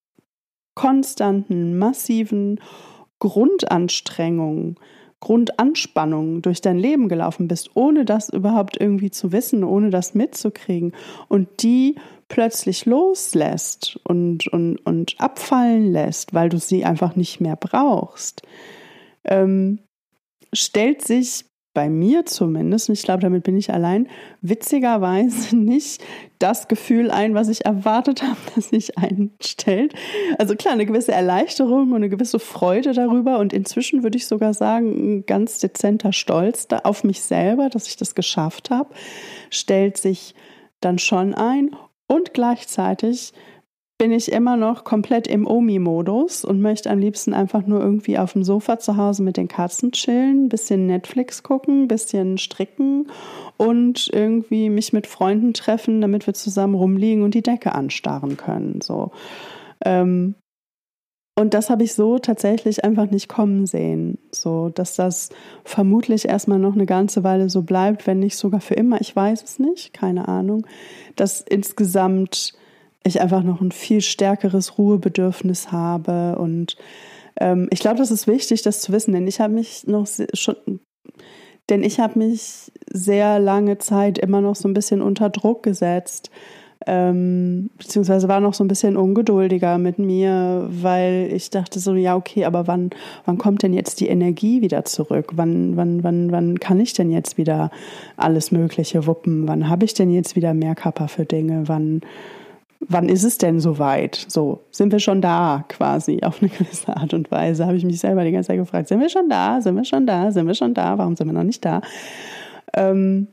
konstanten, massiven Grundanstrengung, Grundanspannung durch dein Leben gelaufen bist, ohne das überhaupt irgendwie zu wissen, ohne das mitzukriegen, und die plötzlich loslässt und, und, und abfallen lässt, weil du sie einfach nicht mehr brauchst, ähm, stellt sich bei mir zumindest, und ich glaube, damit bin ich allein, witzigerweise nicht das Gefühl ein, was ich erwartet habe, dass sich einstellt. Also klar, eine gewisse Erleichterung und eine gewisse Freude darüber, und inzwischen würde ich sogar sagen, ein ganz dezenter Stolz da auf mich selber, dass ich das geschafft habe, stellt sich dann schon ein, und gleichzeitig bin ich immer noch komplett im Omi-Modus und möchte am liebsten einfach nur irgendwie auf dem Sofa zu Hause mit den Katzen chillen, ein bisschen Netflix gucken, ein bisschen stricken und irgendwie mich mit Freunden treffen, damit wir zusammen rumliegen und die Decke anstarren können. So. Ähm, und das habe ich so tatsächlich einfach nicht kommen sehen. So, dass das vermutlich erstmal noch eine ganze Weile so bleibt, wenn nicht sogar für immer. Ich weiß es nicht, keine Ahnung. Dass insgesamt ich einfach noch ein viel stärkeres Ruhebedürfnis habe, und ähm, ich glaube, das ist wichtig, das zu wissen, denn ich habe mich noch schon, denn ich habe mich sehr lange Zeit immer noch so ein bisschen unter Druck gesetzt, ähm, beziehungsweise war noch so ein bisschen ungeduldiger mit mir, weil ich dachte so, ja okay, aber wann, wann kommt denn jetzt die Energie wieder zurück? Wann, wann, wann, wann kann ich denn jetzt wieder alles Mögliche wuppen? Wann habe ich denn jetzt wieder mehr Kappa für Dinge? Wann Wann ist es denn soweit? So, sind wir schon da quasi auf eine gewisse Art und Weise? Habe ich mich selber die ganze Zeit gefragt, sind wir schon da? Sind wir schon da? Sind wir schon da? Warum sind wir noch nicht da? Ähm,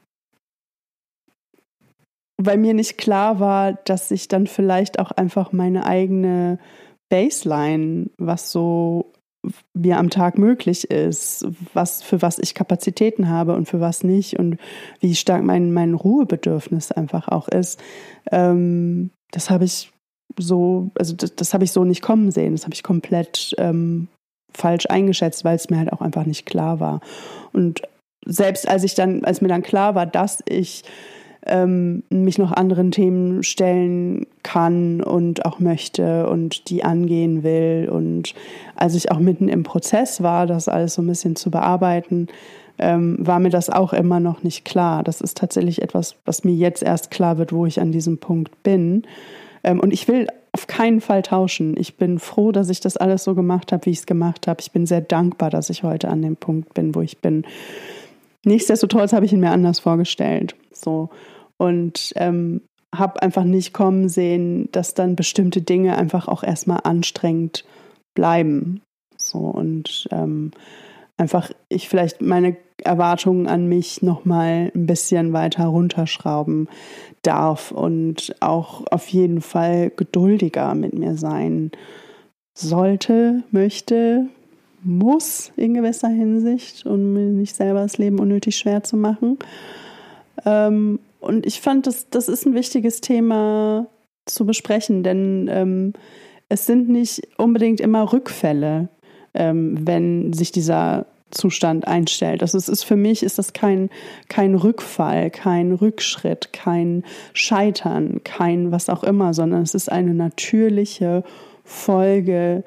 weil mir nicht klar war, dass ich dann vielleicht auch einfach meine eigene Baseline, was so mir am Tag möglich ist, was, für was ich Kapazitäten habe und für was nicht, und wie stark mein, mein Ruhebedürfnis einfach auch ist, ähm, das habe ich so, also das, das habe ich so nicht kommen sehen. Das habe ich komplett ähm, falsch eingeschätzt, weil es mir halt auch einfach nicht klar war. Und selbst als ich dann, als mir dann klar war, dass ich ähm, mich noch anderen Themen stellen kann und auch möchte und die angehen will. Und als ich auch mitten im Prozess war, das alles so ein bisschen zu bearbeiten, ähm, war mir das auch immer noch nicht klar. Das ist tatsächlich etwas, was mir jetzt erst klar wird, wo ich an diesem Punkt bin. Ähm, und ich will auf keinen Fall tauschen. Ich bin froh, dass ich das alles so gemacht habe, wie ich es gemacht habe. Ich bin sehr dankbar, dass ich heute an dem Punkt bin, wo ich bin. Nichtsdestotrotz habe ich ihn mir anders vorgestellt. So. Und ähm, habe einfach nicht kommen sehen, dass dann bestimmte Dinge einfach auch erstmal anstrengend bleiben. So. Und ähm, einfach ich vielleicht meine Erwartungen an mich nochmal ein bisschen weiter runterschrauben darf und auch auf jeden Fall geduldiger mit mir sein sollte, möchte, muss in gewisser Hinsicht, um mir nicht selber das Leben unnötig schwer zu machen. Ähm, und ich fand, das, das ist ein wichtiges Thema zu besprechen, denn ähm, es sind nicht unbedingt immer Rückfälle, ähm, wenn sich dieser Zustand einstellt. Also es ist für mich ist das kein, kein Rückfall, kein Rückschritt, kein Scheitern, kein was auch immer, sondern es ist eine natürliche Folge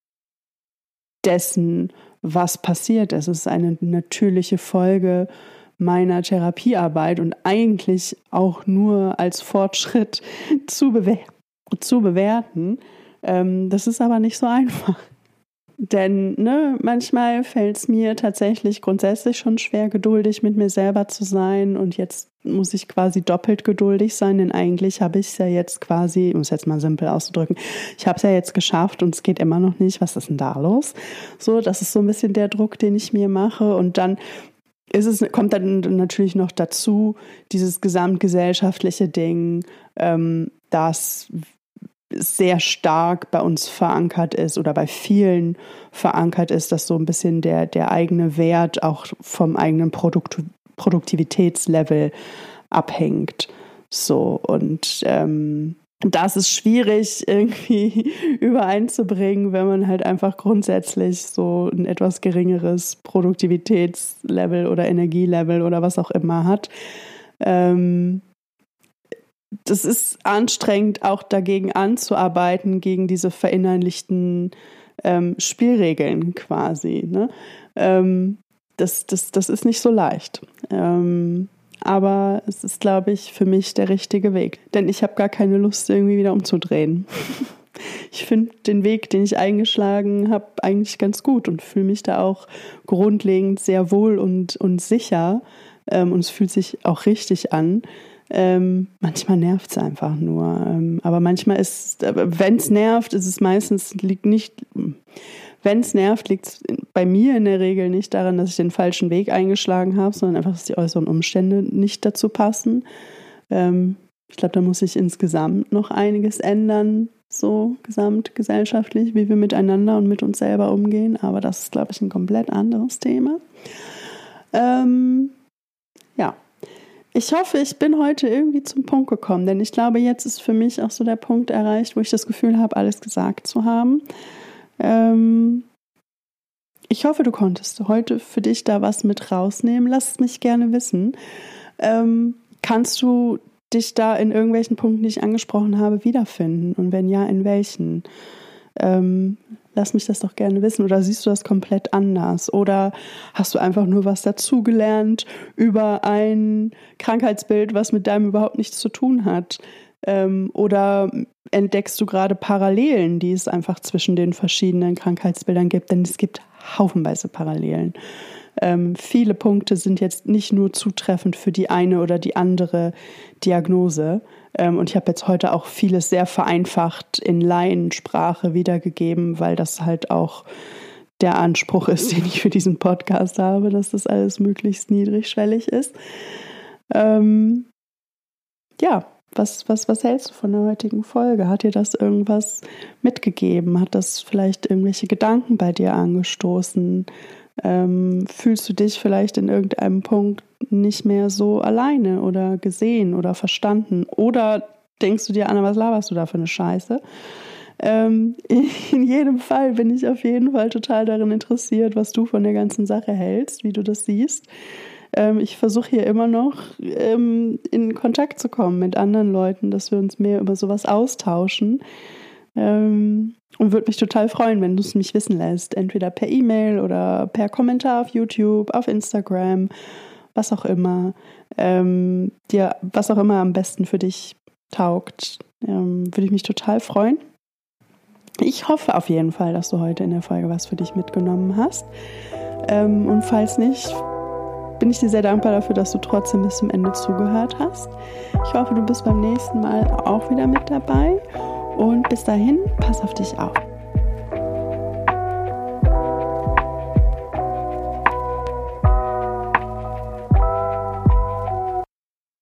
dessen, was passiert ist. Es ist eine natürliche Folge meiner Therapiearbeit und eigentlich auch nur als Fortschritt zu, bewer- zu bewerten. Ähm, das ist aber nicht so einfach. Denn ne, manchmal fällt es mir tatsächlich grundsätzlich schon schwer, geduldig mit mir selber zu sein. Und jetzt muss ich quasi doppelt geduldig sein, denn eigentlich habe ich es ja jetzt quasi, um es jetzt mal simpel auszudrücken, ich habe es ja jetzt geschafft und es geht immer noch nicht. Was ist denn da los? So, das ist so ein bisschen der Druck, den ich mir mache. Und dann ist es, kommt dann natürlich noch dazu, dieses gesamtgesellschaftliche Ding, ähm, dass sehr stark bei uns verankert ist oder bei vielen verankert ist, dass so ein bisschen der, der eigene Wert auch vom eigenen Produkt, Produktivitätslevel abhängt. So, und ähm, das ist schwierig irgendwie übereinzubringen, wenn man halt einfach grundsätzlich so ein etwas geringeres Produktivitätslevel oder Energielevel oder was auch immer hat. Ähm, Das ist anstrengend, auch dagegen anzuarbeiten, gegen diese verinnerlichten ähm, Spielregeln quasi. Ne? Ähm, das, das, das ist nicht so leicht. Ähm, aber es ist, glaube ich, für mich der richtige Weg. Denn ich habe gar keine Lust, irgendwie wieder umzudrehen. Ich finde den Weg, den ich eingeschlagen habe, eigentlich ganz gut und fühle mich da auch grundlegend sehr wohl und, und sicher. Ähm, und es fühlt sich auch richtig an. Ähm, manchmal nervt es einfach nur. Ähm, aber manchmal ist, wenn es nervt, ist es meistens, liegt nicht, wenn es nervt, liegt es bei mir in der Regel nicht daran, dass ich den falschen Weg eingeschlagen habe, sondern einfach, dass die äußeren Umstände nicht dazu passen. Ähm, ich glaube, da muss sich insgesamt noch einiges ändern, so gesamtgesellschaftlich, wie wir miteinander und mit uns selber umgehen. Aber das ist, glaube ich, ein komplett anderes Thema. Ähm, ja. Ich hoffe, ich bin heute irgendwie zum Punkt gekommen, denn ich glaube, jetzt ist für mich auch so der Punkt erreicht, wo ich das Gefühl habe, alles gesagt zu haben. Ähm, ich hoffe, du konntest heute für dich da was mit rausnehmen. Lass es mich gerne wissen. Ähm, kannst du dich da in irgendwelchen Punkten, die ich angesprochen habe, wiederfinden? Und wenn ja, in welchen? Ähm, lass mich das doch gerne wissen. Oder siehst du das komplett anders? Oder hast du einfach nur was dazugelernt über ein Krankheitsbild, was mit deinem überhaupt nichts zu tun hat? Ähm, oder entdeckst du gerade Parallelen, die es einfach zwischen den verschiedenen Krankheitsbildern gibt? Denn es gibt haufenweise Parallelen. Ähm, viele Punkte sind jetzt nicht nur zutreffend für die eine oder die andere Diagnose. Ähm, und ich habe jetzt heute auch vieles sehr vereinfacht in Laiensprache wiedergegeben, weil das halt auch der Anspruch ist, den ich für diesen Podcast habe, dass das alles möglichst niedrigschwellig ist. Ähm, ja, was, was, was hältst du von der heutigen Folge? Hat dir das irgendwas mitgegeben? Hat das vielleicht irgendwelche Gedanken bei dir angestoßen? Ähm, fühlst du dich vielleicht in irgendeinem Punkt nicht mehr so alleine oder gesehen oder verstanden? Oder denkst du dir, Anna, was laberst du da für eine Scheiße? Ähm, in jedem Fall bin ich auf jeden Fall total daran interessiert, was du von der ganzen Sache hältst, wie du das siehst. Ähm, ich versuche hier immer noch ähm, in Kontakt zu kommen mit anderen Leuten, dass wir uns mehr über sowas austauschen. Ähm, und würde mich total freuen, wenn du es mich wissen lässt. Entweder per E-Mail oder per Kommentar auf YouTube, auf Instagram, was auch immer. Ähm, dir, was auch immer am besten für dich taugt, ähm, würde ich mich total freuen. Ich hoffe auf jeden Fall, dass du heute in der Folge was für dich mitgenommen hast. Ähm, und falls nicht, bin ich dir sehr dankbar dafür, dass du trotzdem bis zum Ende zugehört hast. Ich hoffe, du bist beim nächsten Mal auch wieder mit dabei. Und bis dahin, pass auf dich auf.